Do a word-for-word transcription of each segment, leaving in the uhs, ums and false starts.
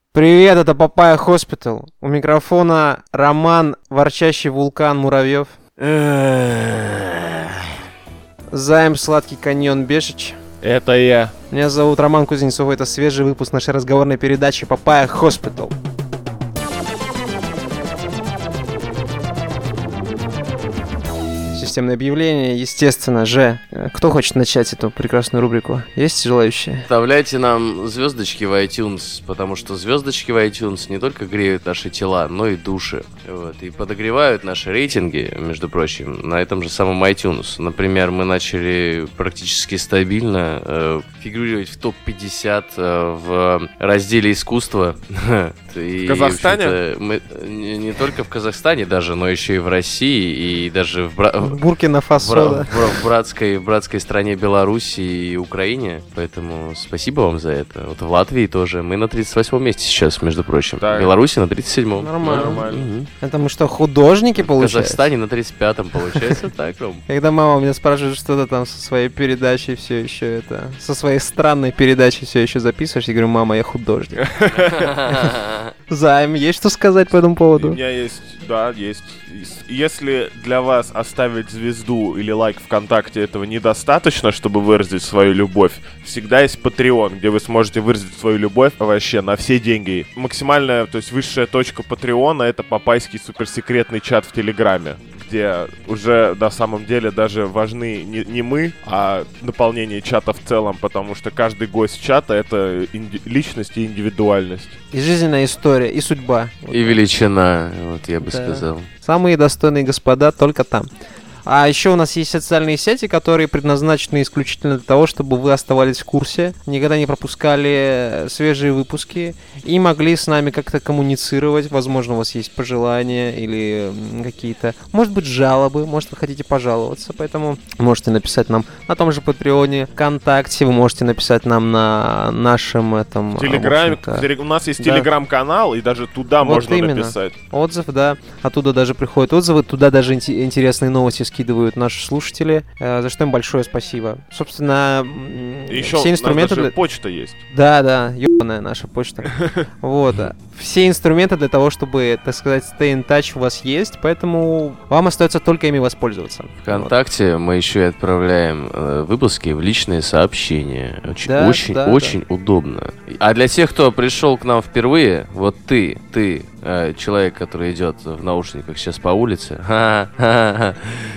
Привет, это Папайя Хоспитал. У микрофона Роман, ворчащий вулкан Муравьев. Займ, сладкий каньон Бешич. Это я. Меня зовут Роман Кузнецов, это свежий выпуск нашей разговорной передачи Папайя Хоспитал. Системное объявление, естественно же. Кто хочет начать эту прекрасную рубрику? Есть желающие? Вставляйте нам звездочки в iTunes, потому что звездочки в iTunes не только греют наши тела, но и души. Вот, и подогревают наши рейтинги, между прочим, на этом же самом iTunes. Например, мы начали практически стабильно э, фигурировать в топ пятьдесят э, в разделе искусства. В Казахстане? Мы не, не только в Казахстане даже, но еще и в России, и даже в... Бра... Буркина-Фасо, в, да. в, в, братской, в братской стране Беларуси и Украине. Поэтому спасибо вам за это. Вот в Латвии тоже. Мы на тридцать восьмом месте сейчас, между прочим. Так. В Беларуси на тридцать седьмом. Нормально. Нормально. Угу. Это мы что, художники, В получается? Казахстане на тридцать пятом, получается так, Ром? Когда мама меня спрашивает, что ты там со своей передачей все еще это... Со своей странной передачей все еще записываешь, я говорю, мама, я художник. Займ, есть что сказать по этому У поводу? меня есть, да, есть. Если для вас оставить звезду или лайк ВКонтакте этого недостаточно, чтобы выразить свою любовь, всегда есть Patreon, где вы сможете выразить свою любовь вообще на все деньги. Максимальная, то есть высшая точка Патреона — это папайский суперсекретный чат в Телеграме, где уже на самом деле даже важны не, не мы, а наполнение чата в целом, потому что каждый гость чата — это инди- личность и индивидуальность. И жизненная история, и судьба. И величина, вот я бы Да. сказал. Самые достойные господа только там. А еще у нас есть социальные сети, которые предназначены исключительно для того, чтобы вы оставались в курсе, никогда не пропускали свежие выпуски и могли с нами как-то коммуницировать. Возможно, у вас есть пожелания или какие-то, может быть, жалобы, может, вы хотите пожаловаться. Поэтому можете написать нам на том же Патреоне, ВКонтакте, вы можете написать нам на нашем этом... В Телеграме, в общем-то, в телег- у нас есть да. Телеграм-канал, и даже туда Вот можно именно. написать. Отзыв, да. Оттуда даже приходят отзывы, туда даже инте- интересные новости скидывают наши слушатели, э, за что им большое спасибо. Собственно, м, Еще все у нас инструменты... даже Для... почта есть. Да, да, ебаная наша почта. Вот. Все инструменты для того, чтобы, так сказать, stay in touch у вас есть, поэтому вам остается только ими воспользоваться. ВКонтакте мы еще и отправляем э, выпуски в личные сообщения. Очень, Да, очень, да, очень удобно. А для тех, кто пришел к нам впервые, вот ты, ты, э, человек, который идет в наушниках сейчас по улице, ха-ха-ха,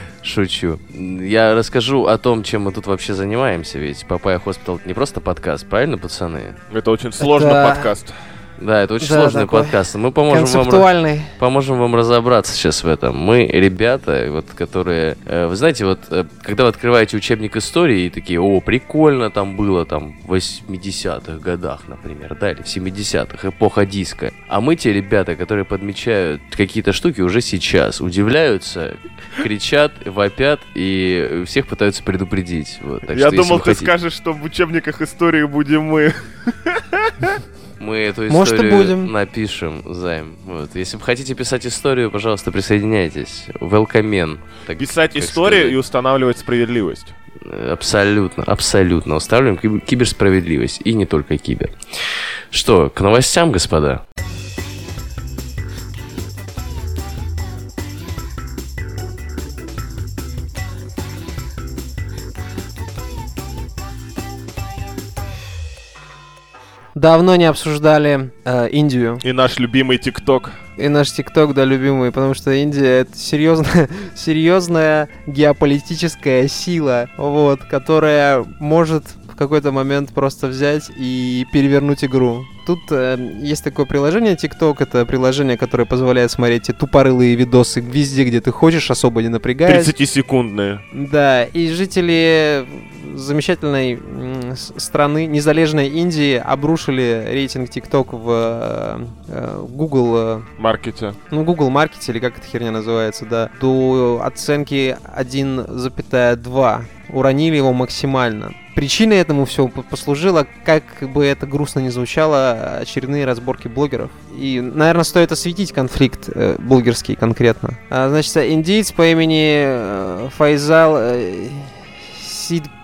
шучу. Я расскажу о том, чем мы тут вообще занимаемся, ведь Папайя Хоспитал — это не просто подкаст, правильно, пацаны? Это очень сложный Это- подкаст. Да, это очень Да, сложный такой подкаст. Мы поможем вам, Концептуальный. поможем вам разобраться сейчас в этом. Мы ребята, вот, которые... э, вы знаете, вот, э, когда вы открываете учебник истории и такие, о, прикольно там было, там, в восьмидесятых годах, например, да, или в семидесятых, эпоха диска. А мы те ребята, которые подмечают какие-то штуки уже сейчас, удивляются, кричат, вопят и всех пытаются предупредить. Вот, так Я что, если думал, вы ты хотите- скажешь, что в учебниках истории будем мы. Мы эту Может, и историю будем. напишем, Займ. Вот. Если вы хотите писать историю, пожалуйста, присоединяйтесь. Welcome. Так, Писать как историю сказать. и устанавливать справедливость. Абсолютно, абсолютно. Устанавливаем киб- киберсправедливость. И не только кибер. Что, к новостям, господа? Давно не обсуждали э, Индию. И наш любимый ТикТок. И наш ТикТок, да, любимый, потому что Индия — это серьезная, серьезная геополитическая сила, вот, которая может в какой-то момент просто взять и перевернуть игру. Тут э, есть такое приложение TikTok, это приложение, которое позволяет смотреть те тупорылые видосы везде, где ты хочешь, особо не напрягаясь. тридцатисекундные. Да, и жители замечательной м, с- страны, незалежной Индии, обрушили рейтинг TikTok в э, э, Google, э, Маркете. ну, Google Market, или как эта херня называется, да, до оценки один целых два. Уронили его максимально. Причиной этому всего послужило, как бы это грустно ни звучало, очередные разборки блогеров. И, наверное, стоит осветить конфликт э, блогерский конкретно. А, значит, индиец по имени э, Файзал э, Сид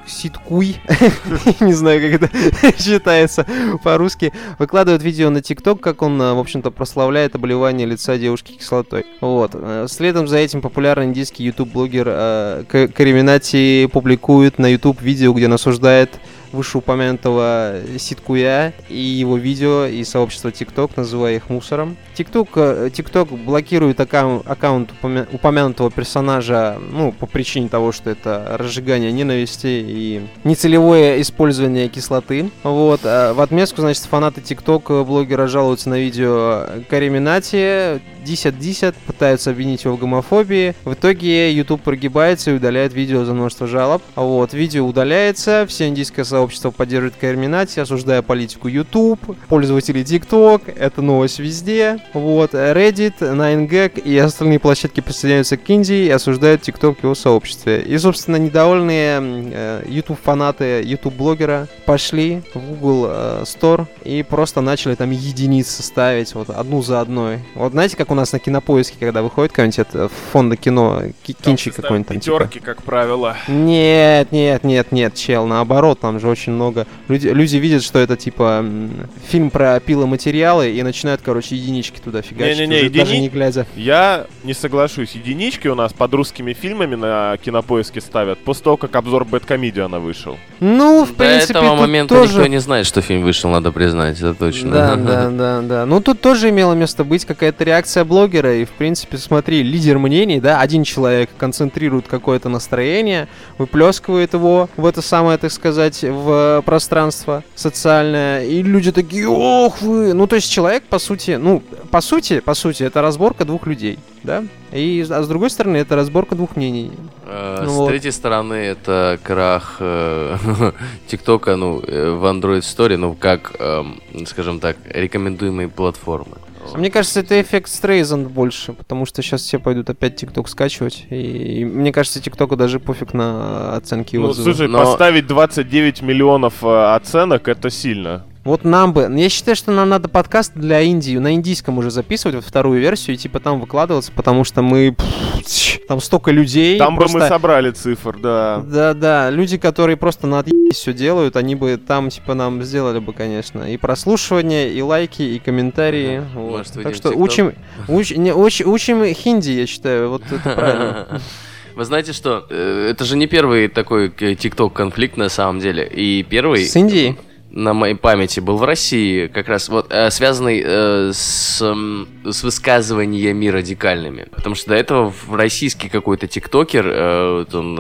Ситкуй, не знаю, как это читается по-русски, выкладывает видео на ТикТок, как он, в общем-то, прославляет обливание лица девушки кислотой. Вот. Следом за этим популярный индийский ютуб-блогер Кариминати публикует на ютуб видео, где он осуждает вышеупомянутого Ситкуя и его видео и сообщество TikTok, называя их мусором. TikTok, TikTok блокирует аккаунт, аккаунт упомя- упомянутого персонажа, ну, по причине того, что это разжигание ненависти и нецелевое использование кислоты. Вот. А в отместку, значит, фанаты TikTok блогера жалуются на видео Кариминати, десят-десят, пытаются обвинить его в гомофобии. В итоге YouTube прогибается и удаляет видео за множество жалоб. Вот. Видео удаляется, все индийское сообщество поддерживает Кариминати, осуждая политику YouTube, пользователи TikTok, это новость везде. Вот. Reddit, найн гэг и остальные площадки присоединяются к Индии и осуждают TikTok в его сообществе. И, собственно, недовольные э, YouTube-фанаты YouTube-блогера пошли в Google э, Store и просто начали там единицы ставить, вот одну за одной. Вот знаете, как у нас на Кинопоиске, когда выходит какой-нибудь от фонда кино, кинчик какой-нибудь там, пятерки, типа. Как правило. Нет, нет, нет, нет, чел, наоборот, там же очень много. Люди, люди видят, что это типа фильм про пиломатериалы и начинают, короче, единички туда фигачить, Не-не-не, уже едини... даже не глядя. Я не соглашусь. Единички у нас под русскими фильмами на Кинопоиске ставят после того, как обзор Бэдкомедиана вышел. Ну, в До принципе, этого тут момента тоже... никто не знает, что фильм вышел, надо признать, это точно. Да, да, да, да. Ну, тут тоже имело место быть какая-то реакция блогера, и, в принципе, смотри, лидер мнений, да, один человек концентрирует какое-то настроение, выплескивает его в это самое, так сказать, в пространство социальное, и люди такие, ох вы! Ну, то есть человек, по сути, ну, по сути, по сути, это разборка двух людей, да? И, а с другой стороны, это разборка двух мнений. Э, Ну С вот. третьей стороны, это крах э, ТикТока, ну, э, в Android Store, ну, как, эм, скажем так, рекомендуемые платформы. А мне кажется, это эффект Стрейзанд больше, потому что сейчас все пойдут опять ТикТок скачивать, и, и мне кажется, ТикТоку даже пофиг на оценки и Ну, отзывы. слушай, Но- поставить двадцать девять миллионов э, оценок, это сильно. Вот нам бы... Я считаю, что нам надо подкаст для Индии, на индийском уже записывать, вот вторую версию, и типа там выкладываться, потому что мы... пф, там столько людей. Там просто... бы мы собрали цифр, да. Да-да, люди, которые просто на отъебись все делают, они бы там, типа, нам сделали бы, конечно, и прослушивание, и лайки, и комментарии. Ага. Вот. Может, выйдем так в что TikTok? учим, уч, не, уч, учим хинди, я считаю, вот это правильно. Вы знаете что? Э, Это же не первый такой ТикТок-конфликт на самом деле. И первый... С Индией? На моей памяти был в России, как раз вот э, связанный э, с, м, с высказываниями радикальными. Потому что до этого в российский какой-то тиктокер, э, вот он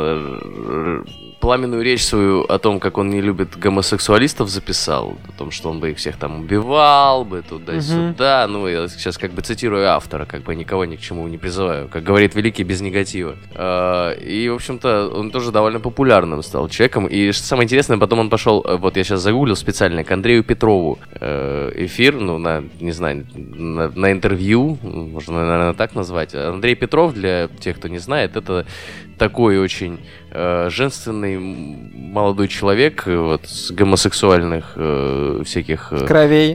э, пламенную речь свою о том, как он не любит гомосексуалистов, записал. О том, что он бы их всех там убивал бы туда-сюда. Ну, я сейчас как бы цитирую автора, как бы никого ни к чему не призываю. Как говорит Великий, без негатива. Э, и, в общем-то, он тоже довольно популярным стал человеком. И что самое интересное, потом он пошел, вот я сейчас загуглил специально, к Андрею Петрову э, эфир, ну, на, не знаю, на, на интервью, можно, наверное, так назвать. Андрей Петров, для тех, кто не знает, это такой очень э, женственный м, молодой человек, э, вот, с гомосексуальных э, всяких... э, Кровей.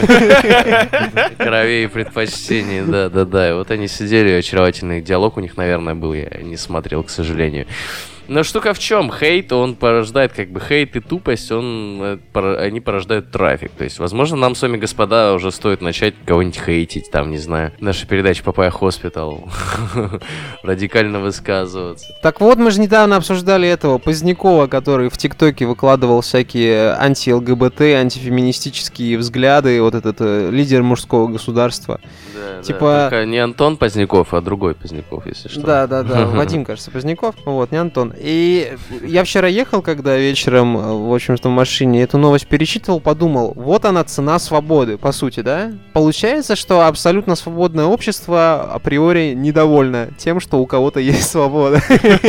Кровей и предпочтений, да-да-да. И вот они сидели, очаровательный диалог у них, наверное, был, я не смотрел, к сожалению. Но штука в чем? Хейт, он порождает, как бы, хейт и тупость, он, э, пор- они порождают трафик. То есть, возможно, нам с вами, господа, уже стоит начать кого-нибудь хейтить, там, не знаю, наша передача Папайя Хоспитал, радикально высказываться. Так вот, мы же недавно обсуждали этого Позднякова, который в ТикТоке выкладывал всякие анти-ЛГБТ, антифеминистические взгляды, вот этот э, лидер мужского государства. Да, Типа- да, только не Антон Поздняков, а другой Поздняков, если что. Да, да, да, Вадим, кажется, Поздняков, вот, не Антон. И я вчера ехал, когда вечером, в общем-то, в машине эту новость перечитывал, подумал, вот она цена свободы, по сути, да? Получается, что абсолютно свободное общество априори недовольно тем, что у кого-то есть свобода.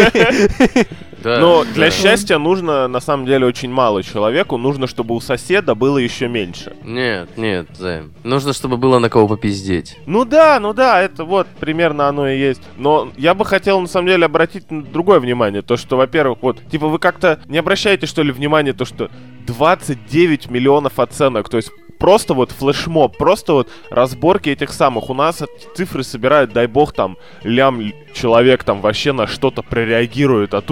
Да, Но да. для счастья нужно, на самом деле, очень мало человеку. Нужно, чтобы у соседа было еще меньше. Нет, нет, Займ. Нужно, чтобы было на кого попиздеть. Ну да, ну да, это вот примерно оно и есть. Но я бы хотел, на самом деле, обратить на другое внимание. То, что, во-первых, вот, типа, вы как-то не обращаете, что ли, внимания, то, что двадцать девять миллионов оценок, то есть просто вот флешмоб, просто вот разборки этих самых. У нас эти цифры собирают, дай бог, там, лям человек там вообще на что-то прореагирует, а тут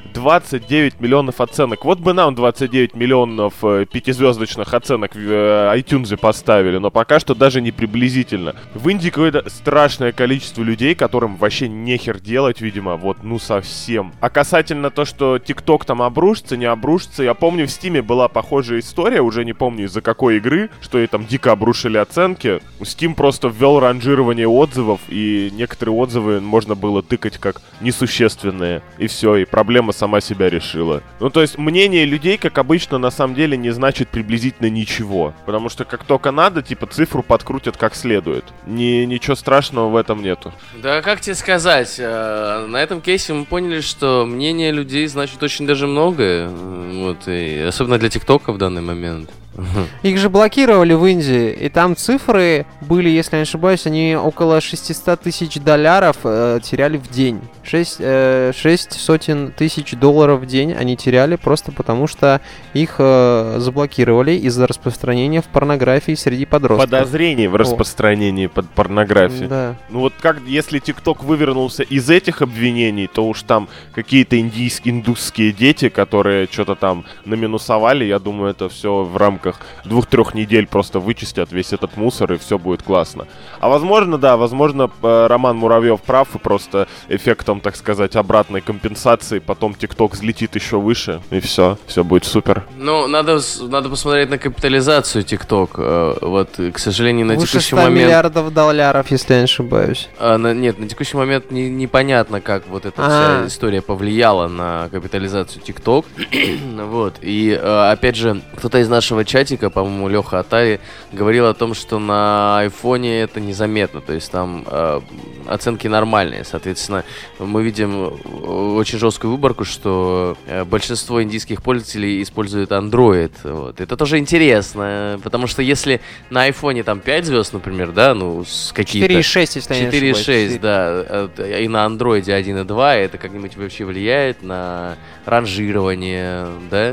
двадцать девять миллионов оценок. Вот бы нам двадцать девять миллионов э, пятизвездочных оценок в э, iTunes поставили, но пока что даже не приблизительно. В Индии какое-то страшное количество людей, которым вообще нехер делать, видимо, вот, ну совсем. А касательно то, что TikTok там обрушится, не обрушится, я помню, в Steam была похожая история, уже не помню из-за какой игры, что и там дико обрушили оценки. Steam просто ввел ранжирование отзывов, и некоторые отзывы можно было тыкать как несущественные. И все, и проблема сама себя решила. Ну, то есть, мнение людей, как обычно, на самом деле не значит приблизительно ничего. Потому что как только надо, типа, цифру подкрутят как следует. Ни, ничего страшного в этом нету. Да, как тебе сказать, э, на этом кейсе мы поняли, что мнение людей значит очень даже многое. Вот, и особенно для ТикТока в данный момент. Их же блокировали в Индии, и там цифры были, если я не ошибаюсь, они около шестьсот тысяч долларов э, теряли в день. Шесть, э, шесть сотен тысяч долларов в день они теряли просто потому, что их э, заблокировали из-за распространения в порнографии среди подростков. Подозрений в распространении О. под порнографии. Да. Ну вот как, если ТикТок вывернулся из этих обвинений, то уж там какие-то индийские, индусские дети, которые что-то там наминусовали, я думаю, это все в рамках двух-трех недель просто вычистят весь этот мусор, и все будет классно. А возможно, да, возможно, Роман Муравьев прав, и просто эффектом, так сказать, обратной компенсации потом ТикТок взлетит еще выше, и все, все будет супер. Ну, надо, надо посмотреть на капитализацию ТикТок. Вот, к сожалению, на Выше текущий ста момент... миллиардов долларов, если я не ошибаюсь. А, на, нет, на текущий момент не, непонятно, как вот эта А-а-а. вся история повлияла на капитализацию ТикТок. Вот, и опять же, кто-то из нашего чатика, по-моему, Леха Атари, говорил о том, что на айфоне это незаметно, то есть там э, оценки нормальные, соответственно, мы видим очень жесткую выборку, что э, большинство индийских пользователей используют Android, вот. Это тоже интересно, потому что если на айфоне там пять звезд, например, да, ну, с какие-то... четыре и шесть, если я не ошибаюсь. четыре и шесть, да, и на Android один и два, это как-нибудь вообще влияет на ранжирование, да,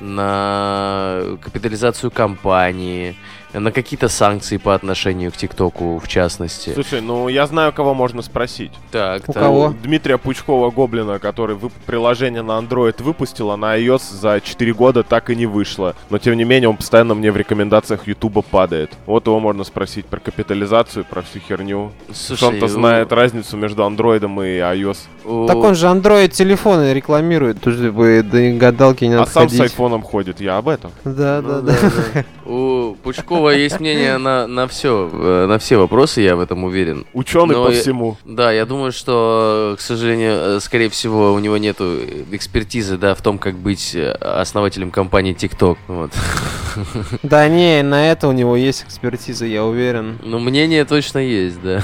на капитализацию компании, на какие-то санкции по отношению к ТикТоку, в частности. Слушай, ну я знаю, кого можно спросить. Так, У так. кого? Дмитрия Пучкова-Гоблина, который вып- приложение на Android выпустил, а на iOS за четыре года так и не вышло. Но тем не менее, он постоянно мне в рекомендациях Ютуба падает. Вот его можно спросить про капитализацию, про всю херню. Слушай, Он-то у- знает разницу между Андроидом и iOS. у- Так он же Android телефоны рекламирует, тут же бы до гадалки не надо А сам ходить. с айфоном ходит, я об этом. Да, Ну да, да. да. У Пучкова есть мнение на, на все, на все вопросы, я в этом уверен. Ученый Но по я- всему. Да, я думаю, что, к сожалению, скорее всего, у него нету экспертизы, да, в том, как быть основателем компании TikTok. Вот. Да не, на это у него есть экспертиза, я уверен. Ну, мнение точно есть, да.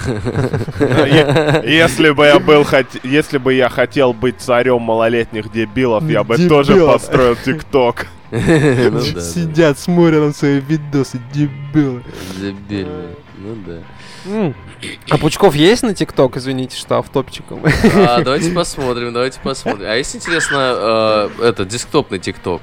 Е- Если бы я был, хот- если бы я хотел быть царем малолетних дебилов, я бы тоже Дебилов. построил ТикТок. Ну да, да. Сидят, смотрят на свои видосы, дебилы. Дебильные. Ну да. М. А Пучков есть на ТикТок, извините, что автопчиком? А, давайте посмотрим, давайте посмотрим. А если интересно, э, это, десктопный ТикТок?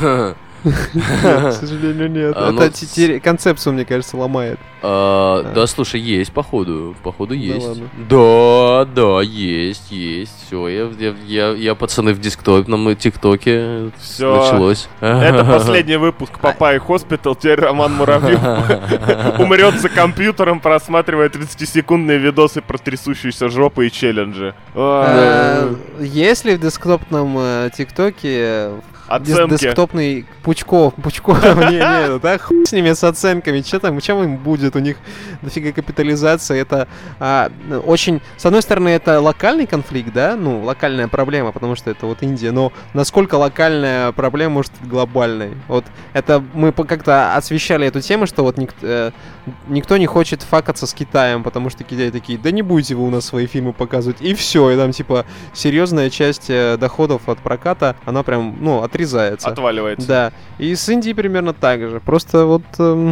К сожалению, нет. А, ну, Это те- концепцию, мне кажется, ломает. А, Да, слушай, есть, походу, походу есть. ладно. Да, да, есть, есть. Все, я, я, я, я, пацаны, в десктопном ТикТоке Всё. началось. Это последний выпуск Папай Хоспитал. Теперь Роман Муравьев умрет за компьютером, просматривая тридцатисекундные видосы про трясущиеся жопы и челленджи. А, А, Есть ли в десктопном э, ТикТоке дес- Оценки. десктопный Пучков? Пучков, не, не, да хуй с ними, с оценками. Че там, чем им будет? У них дофига капитализация. Это а, очень... С одной стороны, это локальный конфликт, да? Ну, локальная проблема, потому что это вот Индия. Но насколько локальная проблема может быть глобальной? Вот это мы по- как-то освещали эту тему, что вот ник- э, никто не хочет факаться с Китаем, потому что Китай такие, да не будете вы у нас свои фильмы показывать. И все, и там типа серьезная часть э, доходов от проката, она прям, ну, отрезается. Отваливается. Да. И с Индией примерно так же. Просто вот эм,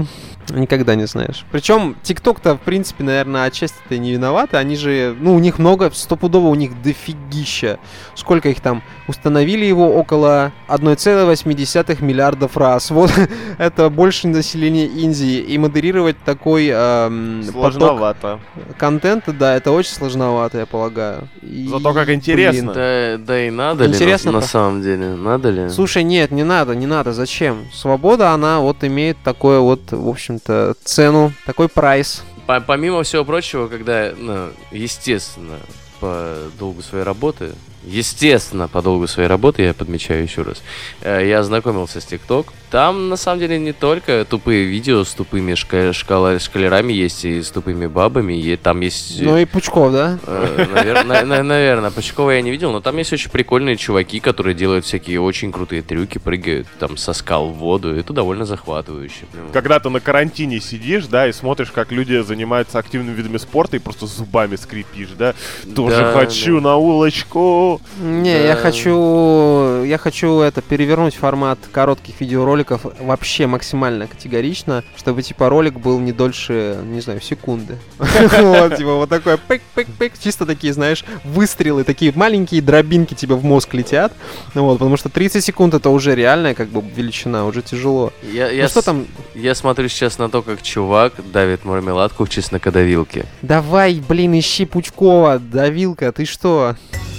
Никогда не знаешь. Причем ТикТок-то, в принципе, наверное, отчасти-то и не виноваты. Они же, ну, у них много, стопудово у них дофигища. Сколько их там? Установили его около одна целая восемь десятых миллиардов раз. Вот это больше населения Индии. И модерировать такой эм, Сложновато. поток контента, да, это очень сложновато, я полагаю. И, Зато как интересно. Да, да и надо Интересно, ли, на, по- на самом деле, надо ли? Слушай, нет, не надо, не надо, зачем? Свобода, она вот имеет такое вот, в общем-то, цену, такой прайс. По- Помимо всего прочего, когда, ну, естественно, по долгу своей работы, естественно, по долгу своей работы, я подмечаю еще раз, э, я ознакомился с ТикТок. Там, на самом деле, не только тупые видео с тупыми шка- шкала- шкалерами есть, и с тупыми бабами, и там есть... Ну и Пучков, да? Наверное, Пучкова я не видел, но там есть очень прикольные чуваки, которые делают всякие очень крутые трюки, прыгают там со скал в воду, это довольно захватывающе. Когда ты на карантине сидишь, да, и смотришь, как люди занимаются активными видами спорта, и просто зубами скрипишь, да? Тоже Да, хочу да. на улочку. Не, Да. я хочу, я хочу это перевернуть формат коротких видеороликов вообще максимально категорично, чтобы типа ролик был не дольше, не знаю, секунды. Вот, типа вот такой пик-пик-пик, чисто такие, знаешь, выстрелы, такие маленькие дробинки тебе в мозг летят, вот, потому что тридцать секунд это уже реальная как бы величина, уже тяжело. Я, я Ну что с- там? Я смотрю сейчас на то, как чувак давит мармеладку в чеснокодавилке. Давай, блин, ищи Пучкова, давилка, ты что?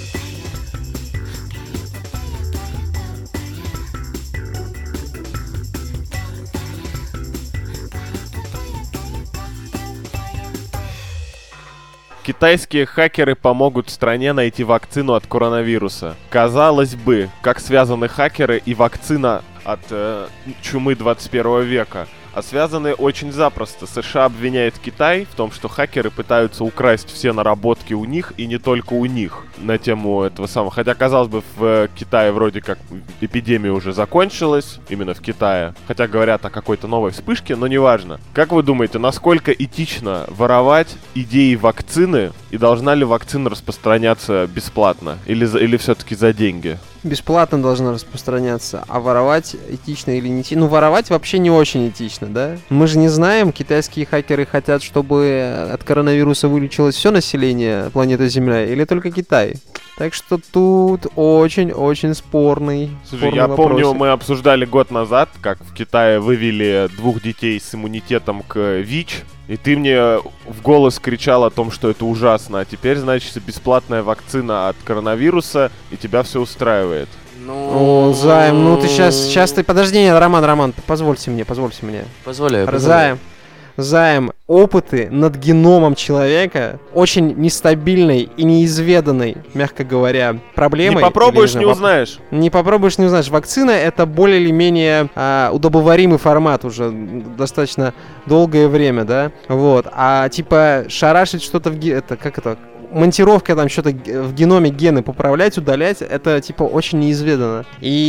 Китайские хакеры помогут стране найти вакцину от коронавируса. Казалось бы, как связаны хакеры и вакцина от э, чумы двадцать первого века. А связаны очень запросто. США обвиняет Китай в том, что хакеры пытаются украсть все наработки у них, и не только у них, на тему этого самого. Хотя, казалось бы, в Китае вроде как эпидемия уже закончилась, именно в Китае. Хотя говорят о какой-то новой вспышке, но неважно. Как вы думаете, насколько этично воровать идеи вакцины, и должна ли вакцина распространяться бесплатно? Или, за- или все-таки за деньги? Бесплатно должно распространяться, а воровать этично или не этично? Ну, воровать вообще не очень этично, да? Мы же не знаем, китайские хакеры хотят, чтобы от коронавируса вылечилось все население планеты Земля или только Китай? Так что тут очень-очень спорный, Слушай, спорный я вопросик. помню, мы обсуждали год назад, как в Китае вывели двух детей с иммунитетом к ВИЧ, и ты мне в голос кричал о том, что это ужасно, а теперь, значит, бесплатная вакцина от коронавируса, и тебя все устраивает. Ну, О, Займ, ну ты сейчас, сейчас ты... Подожди, нет, Роман, Роман, позвольте мне, позвольте мне. Позволяю. Займ, Займ, опыты над геномом человека очень нестабильной и неизведанной, мягко говоря, проблемой. Не попробуешь, Или, не знаю, узнаешь. Не попробуешь, не узнаешь. Вакцина — это более или менее а, удобоваримый формат уже достаточно долгое время, да? Вот. А типа шарашить что-то в... ге- Это как это... Монтировка там что-то г- в геноме гены поправлять, удалять, это типа очень неизведанно.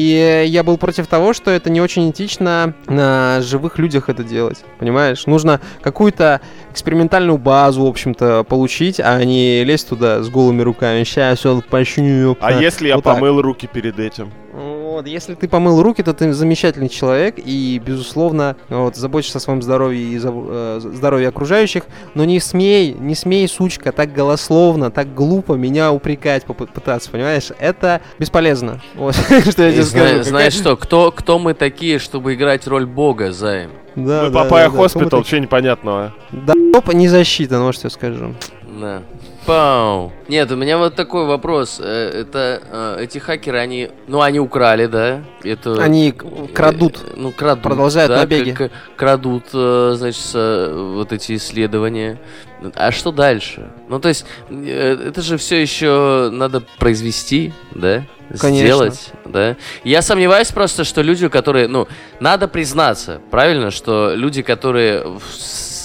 И я был против того, что это не очень этично на живых людях это делать. Понимаешь? Нужно какую-то экспериментальную базу, в общем-то, получить, а не лезть туда с голыми руками. Сейчас все почню. А если я Вот так. помыл руки перед этим? Вот, если ты помыл руки, то ты замечательный человек и, безусловно, вот, заботишься о своем здоровье и за- э, здоровье окружающих, но не смей, не смей, сучка, так голословно, так глупо меня упрекать, попы- пытаться, понимаешь? Это бесполезно. Вот, что я И тебе зна- скажу. знаешь Какая- что, кто, кто мы такие, чтобы играть роль бога, Займ? Да, Мы да, Папая да, да, Хоспитал, кому-то- что непонятного? Да, оп, не засчитано, вот что я скажу. Да. Пау. Нет, у меня вот такой вопрос. Э, Это э, эти хакеры, они, ну, они украли, да? Это, Они к- крадут. э, ну, крадут. Продолжают да, набеги. к- к- крадут, э, значит, э, вот эти исследования. А что дальше? Ну, то есть, э, это же все еще надо произвести, да? Конечно. Сделать, да? Я сомневаюсь просто, что люди, которые, ну, надо признаться, правильно, что люди, которые в с-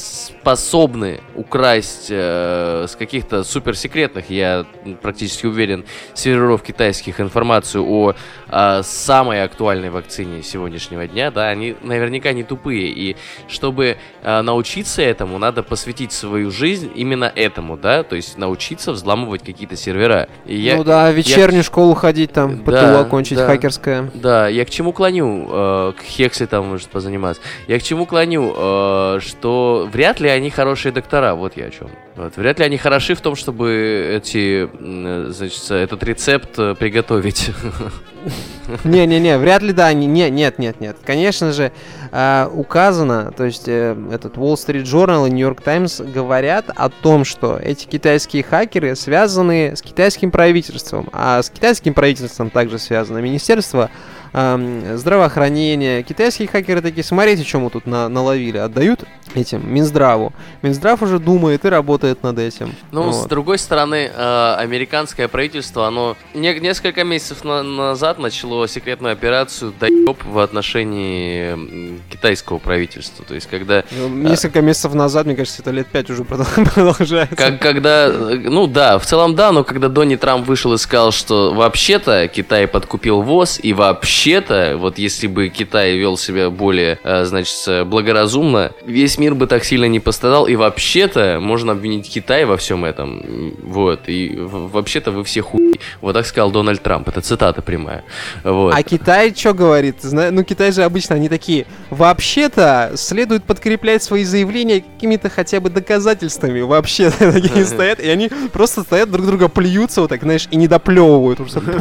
способны украсть э, с каких-то суперсекретных, я практически уверен, серверов китайских информацию о, о самой актуальной вакцине сегодняшнего дня, да, они наверняка не тупые. И чтобы э, научиться этому, надо посвятить свою жизнь именно этому, да, то есть научиться взламывать какие-то сервера. И я, ну да, в вечернюю я... школу ходить, там, ПТУ да, окончить, да, хакерское. Да, я к чему клоню? Э, к Хексе там может позаниматься. Я к чему клоню? Э, что вряд ли они хорошие доктора, вот я о чем. Вот. Вряд ли они хороши в том, чтобы эти, значит, этот рецепт приготовить. Не-не-не, вряд ли, да, не, нет, нет, нет. Конечно же, э, указано, то есть э, этот Wall Street Journal и New York Times говорят о том, что эти китайские хакеры связаны с китайским правительством, а с китайским правительством также связано Министерство э, здравоохранения. Китайские хакеры такие, смотрите, что мы тут на, наловили, отдают этим Минздраву. Минздрав уже думает и работает над этим. Ну, вот. С другой стороны, э, американское правительство, оно не, несколько месяцев на, назад начало секретную операцию доеб в отношении китайского правительства. То есть, когда... Ну, несколько э, месяцев назад, мне кажется, это лет пять уже продолжается. Как, когда... Ну да, в целом да, но когда Дональд Трамп вышел и сказал, что вообще-то Китай подкупил ВОЗ, и вообще-то, вот если бы Китай вел себя более, значит, благоразумно, весь мир бы так сильно не пострадал, и вообще-то можно обвинить Китай во всем этом. Вот, и вообще-то вы все хуй. Вот так сказал Дональд Трамп, это цитата прямая. Вот. А Китай что говорит? Ну, Китай же обычно, они такие, вообще-то следует подкреплять свои заявления какими-то хотя бы доказательствами. Вообще-то такие стоят, и они просто стоят, друг друга плюются вот так, знаешь, и не доплевывают.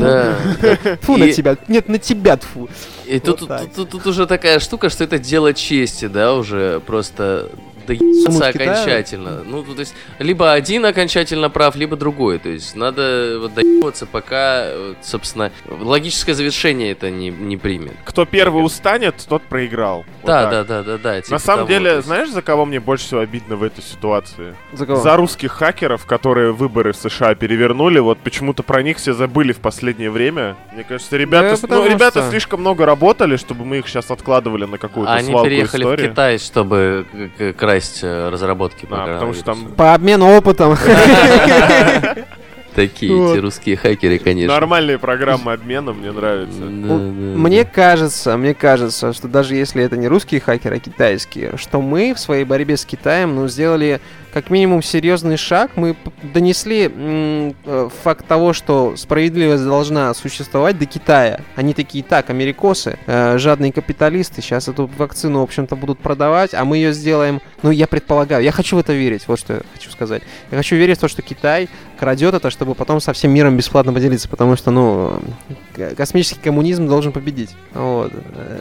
Фу на тебя, нет, на тебя, тьфу. И тут, тут, тут, тут уже такая штука, что это дело чести, да, уже просто доебаться окончательно. Ну, то есть, либо один окончательно прав, либо другой. То есть, надо вот доебаться, пока, собственно, логическое завершение это не, не примет. Кто первый устанет, тот проиграл. Да, вот да, да, да, да. Типа На самом того, деле, есть... знаешь, за кого мне больше всего обидно в этой ситуации? За кого? За русских хакеров, которые выборы в США перевернули. Вот почему-то про них все забыли в последнее время. Мне кажется, ребята, да, ну, ребята что... слишком много работали, чтобы мы их сейчас откладывали на какую-то Они свалку переехали истории. в Китай, чтобы красть разработки по а, потому что там... По обмену опытом. Такие вот. Эти русские хакеры, конечно. Нормальные программы обмена, мне нравятся. Да, да, мне кажется, мне кажется, что даже если это не русские хакеры, а китайские, что мы в своей борьбе с Китаем, ну, сделали как минимум серьезный шаг. Мы донесли м- факт того, что справедливость должна существовать до Китая. Они такие, так, америкосы, э, жадные капиталисты, сейчас эту вакцину, в общем-то, будут продавать, а мы ее сделаем, ну, я предполагаю, я хочу в это верить, вот что я хочу сказать. Я хочу верить в то, что Китай крадет это, чтобы потом со всем миром бесплатно поделиться, потому что, ну, космический коммунизм должен победить. Вот.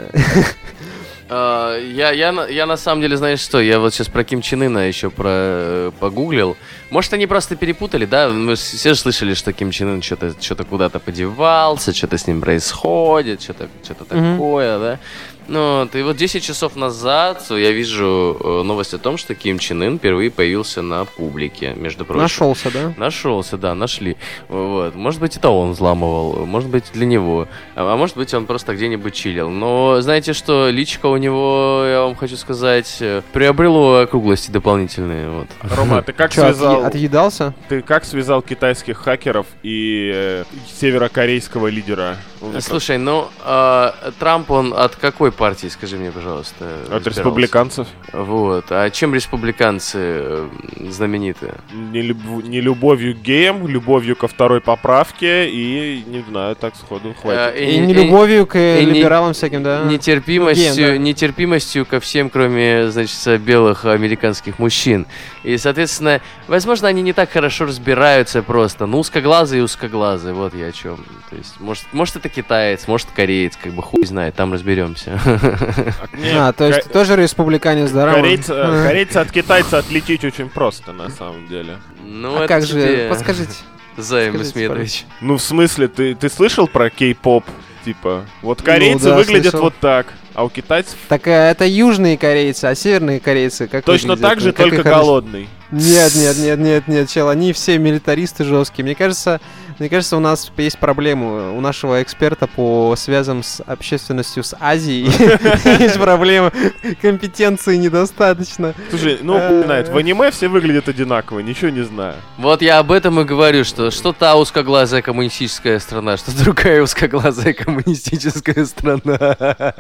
Uh, я, я, я на самом деле, знаешь что, я вот сейчас про Ким Чен Ына еще про, погуглил. Может, они просто перепутали, да? Мы все же слышали, что Ким Чен Ын что-то, что-то куда-то подевался, что-то с ним происходит, что-то, что-то mm-hmm. такое, да? Ну, и вот десять часов назад я вижу новость о том, что Ким Чен Ын впервые появился на публике, между прочим. Нашелся, да? Нашелся, да, нашли. Вот. Может быть, это он взламывал, может быть, для него, а, а может быть, он просто где-нибудь чилил. Но знаете что, личико у него, я вам хочу сказать, приобрело округлости дополнительные. Вот. Рома, ты как Чё, связал... отъедался? Ты как связал китайских хакеров и э, северокорейского лидера? Слушай, ну, э, Трамп, он от какой партии, скажи мне, пожалуйста? От республиканцев. Вот. А чем республиканцы знамениты? Не, люб... не любовью к геям, любовью ко второй поправке и, не знаю, так сходу хватит. И, и, и не любовью к и либералам не, всяким, да? Нетерпимостью, геям, да? Нетерпимостью ко всем, кроме, значит, белых американских мужчин. И, соответственно, возможно, они не так хорошо разбираются просто. Ну, узкоглазые и узкоглазые, вот я о чем. То есть, может, может это китаец, может кореец, как бы хуй знает, там разберемся. А, то есть тоже республиканец, да, Роман? Корейцы от китайца отличить очень просто, на самом деле. А как же, подскажите. Займ Исметович. Ну, в смысле, ты слышал про кей-поп? Типа, вот корейцы выглядят вот так. А у китайцев... Так это южные корейцы, а северные корейцы как точно выглядят? так же, только голодный. Нет, нет, нет, нет, нет, чел, они все милитаристы жесткие. Мне кажется, мне кажется, у нас есть проблемы. У нашего эксперта по связям с общественностью с Азией есть проблемы. Компетенции недостаточно. Слушай, ну, знает, в аниме все выглядят одинаково, ничего не знаю. Вот я об этом и говорю, что что та узкоглазая коммунистическая страна, что другая узкоглазая коммунистическая страна.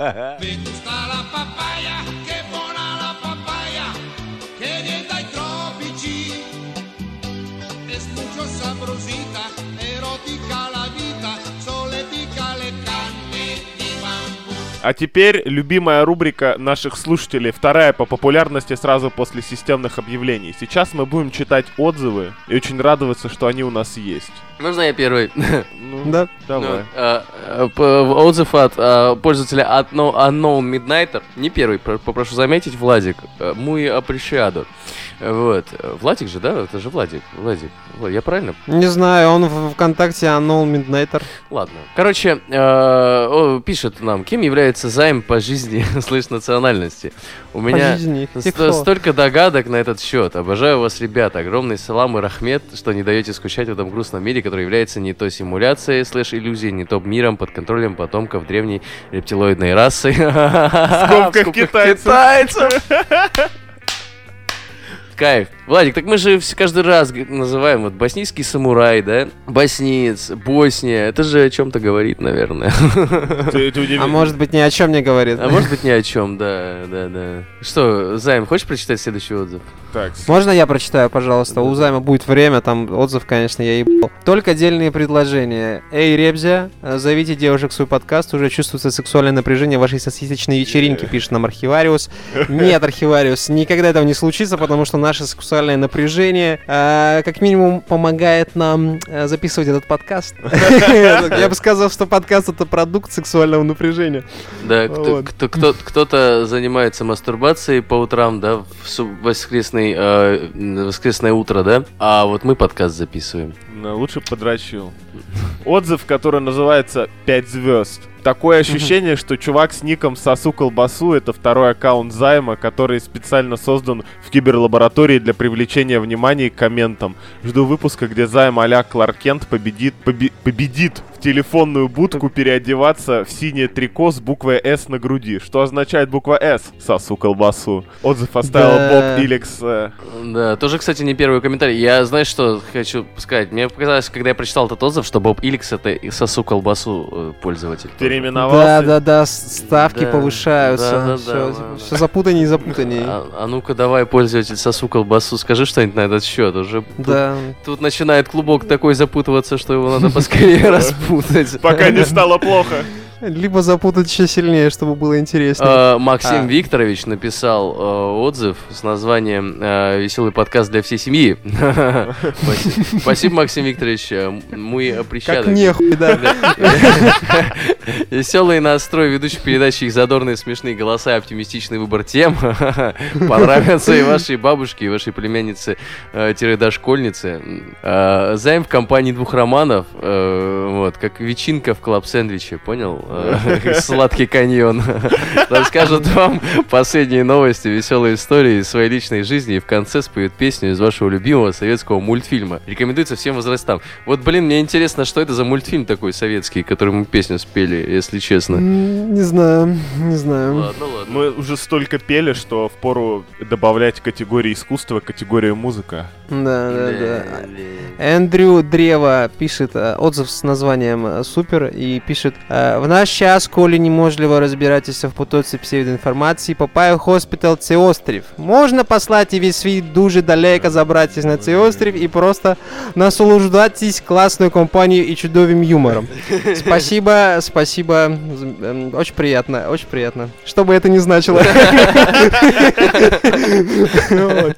А теперь любимая рубрика наших слушателей, вторая по популярности сразу после системных объявлений. Сейчас мы будем читать отзывы и очень радоваться, что они у нас есть. Можно я первый? Ну, Да. давай. Ну, а, а, п- отзыв от а, пользователя от no, Unknown Midnighter. Не первый, про- попрошу заметить, Владик. Muy apreciado. Вот. Владик же, да? Это же Владик. Владик. Влад- Я правильно? Не знаю, он в ВКонтакте Unknown Midnighter. Ладно. Короче, э, о, пишет нам, кем является Займ по жизни, слышь, национальности. У меня жизни. ст- Тихо. столько догадок на этот счет. Обожаю вас, ребята. Огромный салам и рахмет, что не даете скучать в этом грустном мире, который является не то симуляцией, слэш иллюзией, не то миром под контролем потомков древней рептилоидной расы. В скобках китайцев. китайцев. Кайф. Владик, так мы же все каждый раз г- называем вот боснийский самурай, да? Босниец, Босния. Это же о чем-то говорит, наверное. Ты- ты удив- А может быть, ни о чем не говорит. А может быть ни о чем, да, да, да. Что, Займ, хочешь прочитать следующий отзыв? Так, Можно я прочитаю, пожалуйста? У Займа будет время, там отзыв, конечно, я ебал. Только отдельные предложения. Эй, Ребзя, э, зовите девушек в свой подкаст, уже чувствуется сексуальное напряжение вашей сосисочной вечеринки, пишет нам Архивариус. Нет, Архивариус, никогда этого не случится, потому что наше сексуальное напряжение э, как минимум помогает нам э, записывать этот подкаст. Я бы сказал, что подкаст — это продукт сексуального напряжения. Да, кто, Вот. кто, кто, кто-то занимается мастурбацией по утрам, да, в суб- воскресный, э, воскресное утро, да, а вот мы подкаст записываем. ну, лучше подрочил. Отзыв, который называется «пять звезд». Такое ощущение, что чувак с ником Сосу Колбасу — это второй аккаунт Займа, который специально создан в киберлаборатории для привлечения внимания к комментам. Жду выпуска, где Займ а-ля Кларк Кент победит, побе- победит в телефонную будку переодеваться в синее трико с буквой «С» на груди. Что означает буква «С»? Сосу Колбасу. Отзыв оставил Да. Боб Иликс. э, Да, тоже, кстати, не первый комментарий. Я, знаешь, что хочу сказать? Мне показалось, когда я прочитал этот отзыв, что Боб Иликс — это и Сосу Колбасу э, пользователь. Переименовался. Да, да, да, с- ставки Да, повышаются. да, да, все, да, ладно. все запутаннее и запутаннее. А, а ну-ка давай, пользователь Сосу Колбасу, скажи что-нибудь на этот счет. Уже тут, Да. тут начинает клубок такой запутываться, что его надо поскорее распутать. Пока не стало плохо. Либо запутать еще сильнее, чтобы было интереснее. А, Максим А. Викторович написал э, отзыв с названием э, «Веселый подкаст для всей семьи». Спасибо, Спасибо, Максим Викторович. э, Мы Как опрещаем. нехуй, да. Веселый настрой ведущих передачи, их задорные смешные голоса и оптимистичный выбор тем понравятся и вашей бабушке, и вашей племяннице-дошкольнице. Займ в компании двух романов, э, вот, как ветчинка в клаб-сэндвиче, понял? Э, Сладкий каньон. Расскажут вам последние новости, веселые истории из своей личной жизни и в конце споют песню из вашего любимого советского мультфильма. Рекомендуется всем возрастам. Вот, блин, мне интересно, что это за мультфильм такой советский, который мы песню спели, если честно. М, Не знаю, не знаю. Ладно, ладно. Мы уже столько пели, что впору добавлять категории искусства, категорию музыка. Да, да, да. Эндрю Древо пишет э, отзыв с названием э, «Супер» и пишет э, «В наш час, коли неможливо розбиратися в потоці псевдоінформації, попаю в хоспітал цей острів. Можна послати весь світ дуже далеко, забратись на цей острів і просто насолоджуватись класною компанією і чудовим юмором. Спасибо, спасибо. Эм, Очень приятно, очень приятно. Что бы это ни значило. Вот.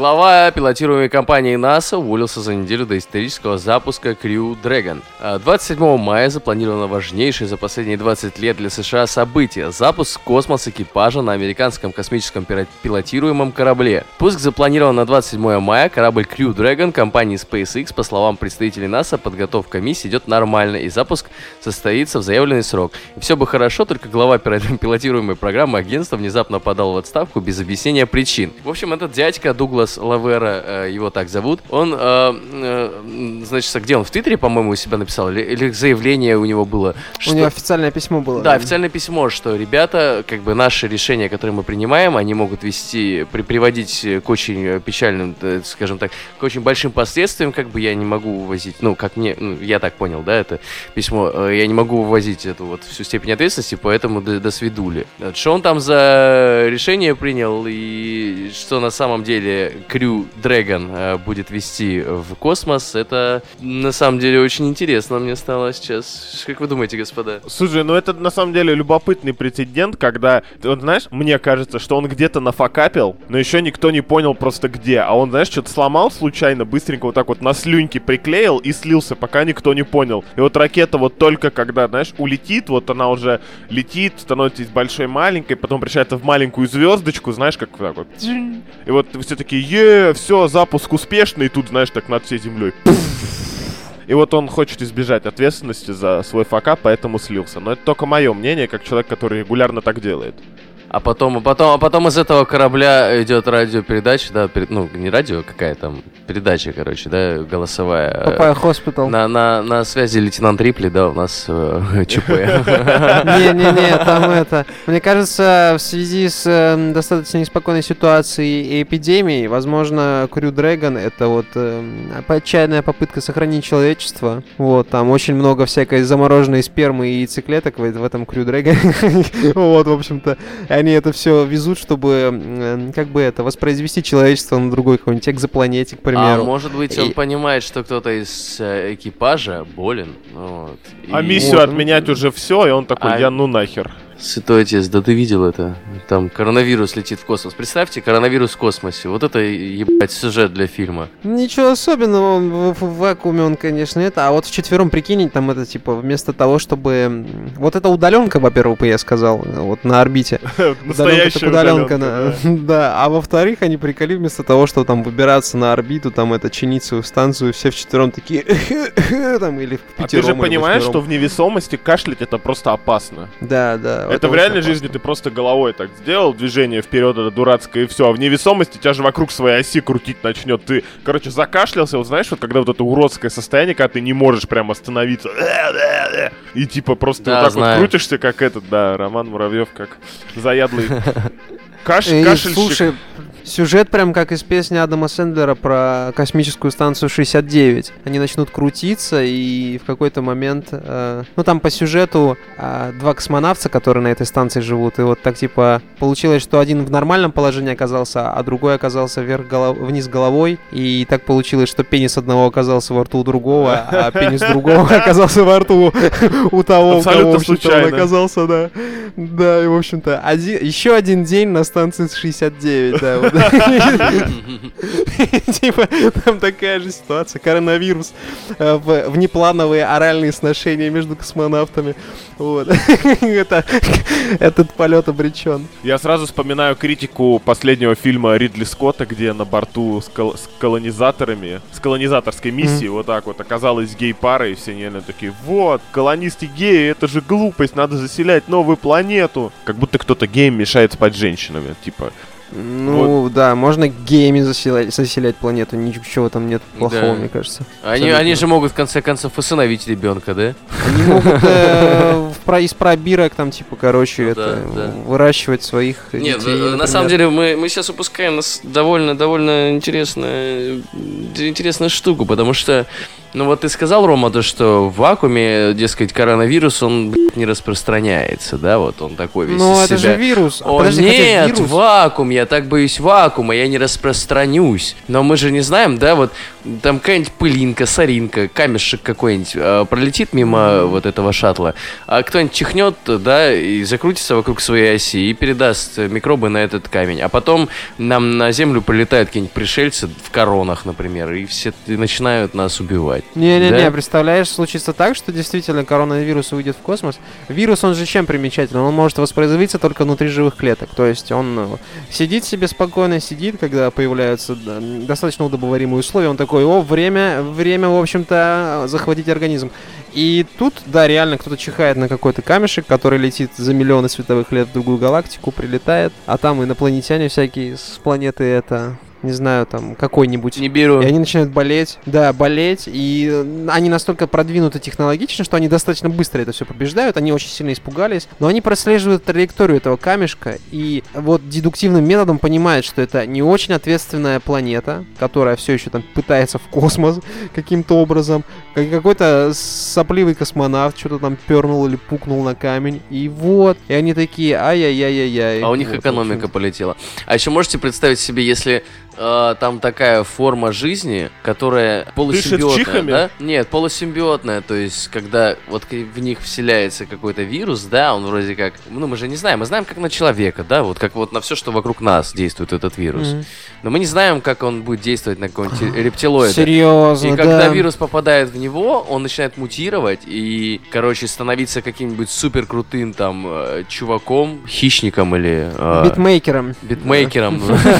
Глава пилотируемой компании НАСА уволился за неделю до исторического запуска Crew Dragon. двадцать седьмого мая запланировано важнейшее за последние двадцать лет для США событие – запуск в космос экипажа на американском космическом пилотируемом корабле. Пуск запланирован на двадцать седьмого мая. Корабль Crew Dragon компании SpaceX, по словам представителей НАСА, подготовка миссии идет нормально, и запуск состоится в заявленный срок. И все бы хорошо, только глава пилотируемой программы агентства внезапно подал в отставку без объяснения причин. В общем, этот дядька Дуглас Лавера, его так зовут, он, э, э, значит, где он? В Твиттере, по-моему, у себя написал, или, или заявление у него было? Что... У него официальное письмо было. Да, официальное письмо, что ребята, как бы наши решения, которые мы принимаем, они могут вести, при, приводить к очень печальным, скажем так, к очень большим последствиям, как бы я не могу вывозить, ну, как мне, ну, я так понял, да, это письмо, я не могу вывозить эту вот всю степень ответственности, поэтому до, до свидули. Что он там за решение принял и что на самом деле Crew Dragon будет вести в космос, это на самом деле очень интересно мне стало сейчас. Как вы думаете, господа? Слушай, ну это на самом деле любопытный прецедент, когда, вот знаешь, мне кажется, что он где-то нафакапил, но еще никто не понял просто где, а он, знаешь, что-то сломал случайно, быстренько вот так вот на слюньки приклеил и слился, пока никто не понял. И вот ракета вот только когда, знаешь, улетит, вот она уже летит, становится большой, маленькой, потом превращается в маленькую звездочку, знаешь, как так вот. И вот все такие, е, все, запуск успешный, и тут, знаешь, так над всей землей. И вот он хочет избежать ответственности за свой факап, поэтому слился. Но это только мое мнение, как человек, который регулярно так делает. А потом, а потом, а потом из этого корабля идет радиопередача, да, перед, ну, не радио, какая там, передача, короче, да, голосовая. Папая Хоспитал. На, на, на связи лейтенант Рипли, да, у нас э, ЧП. Не-не-не, там это... Мне кажется, в связи с э, достаточно неспокойной ситуацией и эпидемией, возможно, Crew Dragon — это вот э, отчаянная попытка сохранить человечество. Вот, там очень много всякой замороженной спермы и яйцеклеток в, в этом Crew Dragon. Вот, в общем-то, они это все везут, чтобы, э, как бы это, воспроизвести человечество на другой какой-нибудь экзопланете, к примеру. А может быть, он и... понимает, что кто-то из э, экипажа болен. Вот, а и... миссию вот. Отменять уже все, и он такой, а... я ну нахер. Святой отец, да ты видел это? Там коронавирус летит в космос. Представьте, коронавирус в космосе. Вот это, ебать, сюжет для фильма. Ничего особенного, он в, в, в вакууме он, конечно, это. А вот вчетвером, прикинь, там это, типа, вместо того, чтобы... Вот эта удаленка, во-первых, бы я сказал, вот на орбите. Настоящая удаленка, да. А во-вторых, они приколи вместо того, чтобы там выбираться на орбиту, там, это, чинить свою станцию, все вчетвером такие... там, или в пятером. А ты же понимаешь, что в невесомости кашлять это просто опасно? Да, да. Это в реальной жизни ты просто головой так сделал, движение вперед, это дурацкое, и все. А в невесомости тебя же вокруг своей оси крутить начнет. Ты, короче, закашлялся, вот знаешь, вот когда вот это уродское состояние, когда ты не можешь прям остановиться. И типа просто да, вот так знаю. вот крутишься, как этот, да, Роман Муравьев, как заядлый каш, и, кашельщик. Слушай, сюжет прям как из песни Адама Сэндлера про космическую станцию шестьдесят девять. Они начнут крутиться, и в какой-то момент... Э, ну, там по сюжету э, два космонавта, которые на этой станции живут, и вот так, типа, получилось, что один в нормальном положении оказался, а другой оказался вверх голов... вниз головой, и так получилось, что пенис одного оказался во рту у другого, а пенис другого оказался во рту у того, у кого, в общем-то, он оказался, да. Да, и, в общем-то, еще один день на станции шестьдесят девять, да, вот. Типа, там такая же ситуация. Коронавирус, внеплановые оральные сношения между космонавтами. Вот. Этот полет обречен. Я сразу вспоминаю критику последнего фильма Ридли Скотта, где на борту с, кол- с колонизаторами, с колонизаторской миссией вот так вот оказалась гей-пара, и все нереально такие: вот, колонисты геи, это же глупость, надо заселять новую планету. Как будто кто-то геям мешает спать с женщинами, типа... Ну, вот. Да, можно геями заселять, заселять планету, ничего там нет плохого, да. Мне кажется. Они, они же могут, в конце концов, усыновить ребенка, да? Они могут э, из пробирок там, типа, короче, ну, это, да, да. выращивать своих Нет, детей. Нет, на самом деле, мы, мы сейчас упускаем нас довольно, довольно интересную, интересную штуку, потому что Ну вот ты сказал, Рома, то, что в вакууме, дескать, коронавирус, он, блядь, не распространяется, да, вот он такой весь Ну, из это себя. же вирус. О, Подожди, хотя нет, вирус- вакуум, я так боюсь вакуума, я не распространюсь. Но мы же не знаем, да, вот там какая-нибудь пылинка, соринка, камешек какой-нибудь э, пролетит мимо вот этого шаттла, а кто-нибудь чихнет, да, и закрутится вокруг своей оси и передаст микробы на этот камень. А потом нам на Землю прилетают какие-нибудь пришельцы в коронах, например, и все и начинают нас убивать. Не-не-не, Да? представляешь, случится так, что действительно коронавирус уйдет в космос. Вирус, он же чем примечателен? Он может воспроизводиться только внутри живых клеток. То есть он э, сидит себе спокойно, сидит, когда появляются да, достаточно удобоваримые условия. Он такой, о, время, время, в общем-то, захватить организм. И тут, да, реально кто-то чихает на какой-то камешек, который летит за миллионы световых лет в другую галактику, прилетает, а там инопланетяне всякие с планеты это... не знаю, там, какой-нибудь. Не беру. И они начинают болеть. Да, болеть. И э, они настолько продвинуты технологично, что они достаточно быстро это все побеждают. Они очень сильно испугались. Но они прослеживают траекторию этого камешка. И вот дедуктивным методом понимают, что это не очень ответственная планета, которая все еще там пытается в космос каким-то образом. Как какой-то сопливый космонавт что-то там пернул или пукнул на камень. И вот. И они такие, ай-яй-яй-яй-яй. А у них Вот, экономика в общем. полетела. А еще можете представить себе, если э, там такая форма жизни, которая полусимбиотная, чихами? да? Нет, полусимбиотная, то есть когда вот к- в них вселяется какой-то вирус, да, он вроде как, ну мы же не знаем, мы знаем как на человека, да, вот как вот на все, что вокруг нас действует этот вирус. Мгм. Но мы не знаем, как он будет действовать на какого-нибудь рептилоида. Серьезно, И когда да. вирус попадает в него, он начинает мутировать и, короче, становиться каким-нибудь супер крутым там э, чуваком, хищником или э, Битмейкером. битмейкером,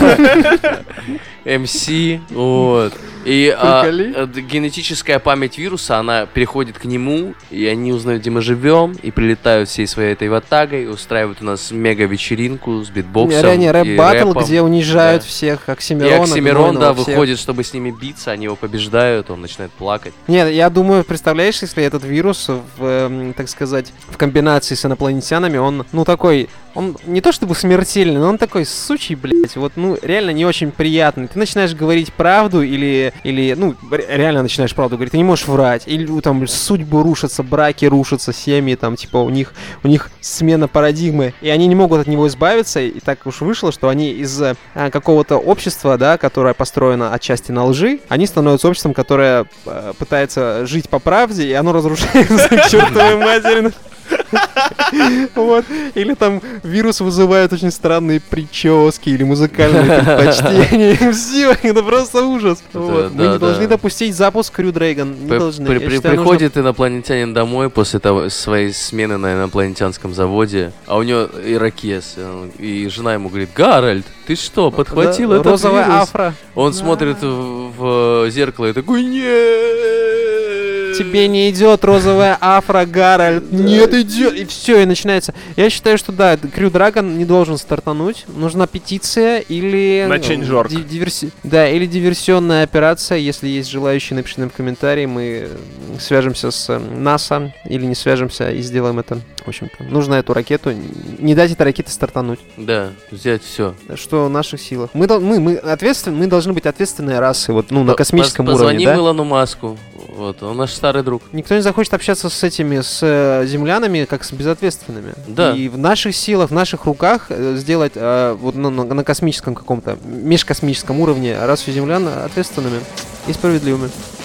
эм си, вот. И а, Приколи. э, д- генетическая память вируса, она переходит к нему, и они узнают, где мы живем, и прилетают всей своей этой ватагой, устраивают у нас мега-вечеринку с битбоксом Реально и рэп-баттл, рэпом. где унижают Да. всех И Оксимирона. Оксимирон, да, Гнойного, всех. выходит, чтобы с ними биться, они его побеждают, он начинает плакать. Нет, я думаю, представляешь, если этот вирус, в, эм, так сказать, в комбинации с инопланетянами, он, ну, такой, он не то чтобы смертельный, но он такой сучий, блядь, вот, ну, реально не очень приятный. Ты начинаешь говорить правду или, или ну, ре- реально начинаешь правду говорить, ты не можешь врать. Или ну, там судьбы рушатся, браки рушатся, семьи, там, типа, у них, у них смена парадигмы, и они не могут от него избавиться, и так уж вышло, что они из э, какого-то общества, да, которое построено отчасти на лжи, они становятся обществом, которое э, пытается жить по правде, и оно разрушается к чертовой матери. Вот. Или там вирус вызывает очень странные прически или музыкальные предпочтения. Все, это просто ужас. Вот. Мы да, не должны да. допустить запуск Crew Dragon. Не П- должны. при- Я при- считаю, нужно- приходит инопланетянин домой после того, своей смены на инопланетянском заводе, а у него ирокез, э, и жена ему говорит: Гарольд, ты что, подхватил Да, этот розовая вирус?» афра. Он Да. смотрит в, в зеркало и такой: нет! Тебе не идет розовая афра, Гарольд. Нет, идет. И все, и начинается. Я считаю, что да, Crew Dragon не должен стартануть. Нужна петиция или... На ну, Change.org. ди- диверси- Да, или диверсионная операция. Если есть желающие, напишите нам в комментарии. Мы э, свяжемся с э, НАСА или не свяжемся и сделаем это. В общем-то, нужно эту ракету... Не дать этой ракете стартануть. Да, взять все. Что в наших силах. Мы, дол- мы, мы, ответствен... мы должны быть ответственной расой. Вот, ну, на космическом уровне, Позвони да? Илону Маску. Вот, он наш старый друг. Никто не захочет общаться с этими, с э, землянами, как с безответственными. Да. И в наших силах, в наших руках э, сделать э, вот на, на- на космическом каком-то, межкосмическом уровне расу землян ответственными и справедливыми.